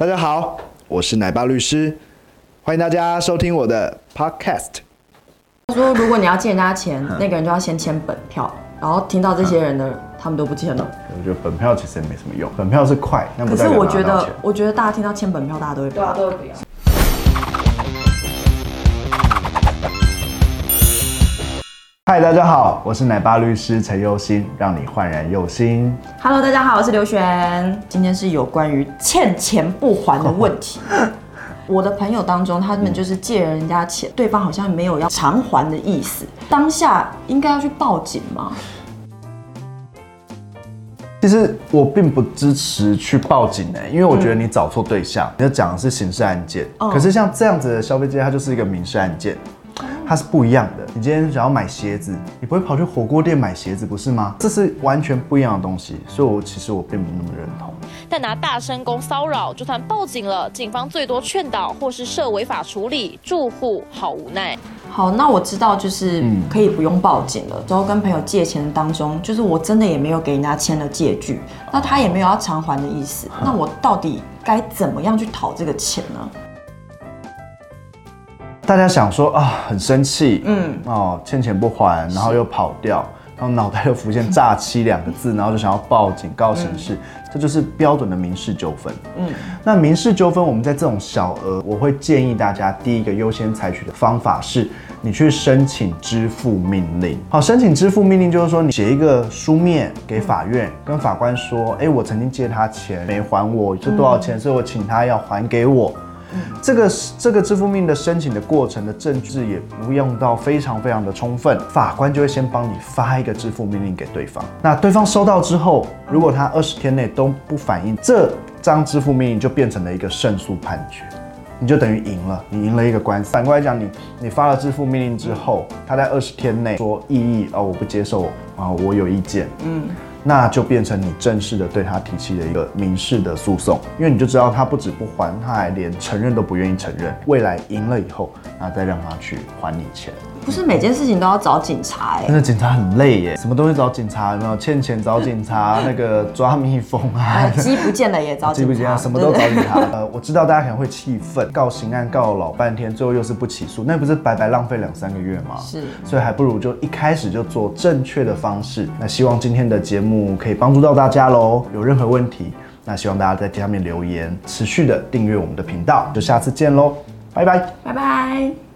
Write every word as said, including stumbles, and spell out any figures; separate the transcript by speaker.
Speaker 1: 大家好，我是奶爸律师，欢迎大家收听我的 podcast。
Speaker 2: 他说，如果你要借人家钱，那个人就要先签本票，然后听到这些人的，他们都不签了。
Speaker 1: 我觉得本票其实也没什么用，本票是快，但不
Speaker 2: 可
Speaker 1: 代表
Speaker 2: 是我觉得
Speaker 1: 拿到钱，
Speaker 2: 我觉得大家听到签本票，大家都会不要，
Speaker 3: 对啊，都会不要。
Speaker 1: 嗨，大家好，我是奶爸律师陈佑兴，让你焕然又新。
Speaker 2: Hello， 大家好，我是刘璇。今天是有关于欠钱不还的问题。我的朋友当中，他们就是借人家钱，对方好像没有要偿还的意思，当下应该要去报警吗？
Speaker 1: 其实我并不支持去报警欸，因为我觉得你找错对象。你要讲的是刑事案件，
Speaker 2: 嗯
Speaker 1: 可是像这样子的消费借贷，它就是一个民事案件。它是不一样的。你今天想要买鞋子，你不会跑去火锅店买鞋子，不是吗？这是完全不一样的东西，所以我其实我并不那么认同。
Speaker 3: 但拿大声公骚扰，就算报警了，警方最多劝导或是设违法处理，住户好无奈。
Speaker 2: 好，那我知道就是可以不用报警了。之后跟朋友借钱当中，就是我真的也没有给人家签了借据，那他也没有要偿还的意思，那我到底该怎么样去讨这个钱呢？
Speaker 1: 大家想说啊，很生气，
Speaker 2: 嗯，
Speaker 1: 哦，欠钱不还，然后又跑掉，然后脑袋又浮现诈欺两个字，然后就想要报警告刑事，这就是标准的民事纠纷。嗯，那民事纠纷，我们在这种小额，我会建议大家第一个优先采取的方法是，你去申请支付命令。好，申请支付命令就是说，你写一个书面给法院，跟法官说，哎，我曾经借他钱没还我，这多少钱，所以我请他要还给我。这个这个支付命令的申请的过程的证据也不用到非常非常的充分，法官就会先帮你发一个支付命令给对方。那对方收到之后，如果他二十天内都不反应，这张支付命令就变成了一个胜诉判决，你就等于赢了，你赢了一个官司。反过来讲，你你发了支付命令之后，他在二十天内说异议哦，我不接受啊，我有意见，嗯。那就变成你正式的对他提起的一个民事的诉讼，因为你就知道他不止不还，他还连承认都不愿意承认。未来赢了以后，那再让他去还你钱。
Speaker 2: 不是每件事情都要找警察哎、欸，
Speaker 1: 真的警察很累耶，什么东西找警察？有没有欠钱找警察？那个抓蜜蜂啊，
Speaker 2: 鸡不见了也找警察，
Speaker 1: 鸡不见了，什么都找警察。呃，我知道大家可能会气愤，告刑案告了老半天，最后又是不起诉，那不是白白浪费两三个月吗？
Speaker 2: 是，
Speaker 1: 所以还不如就一开始就做正确的方式。那希望今天的节目可以帮助到大家喽。有任何问题，那希望大家在下面留言，持续的订阅我们的频道，就下次见喽，拜拜，
Speaker 2: 拜拜。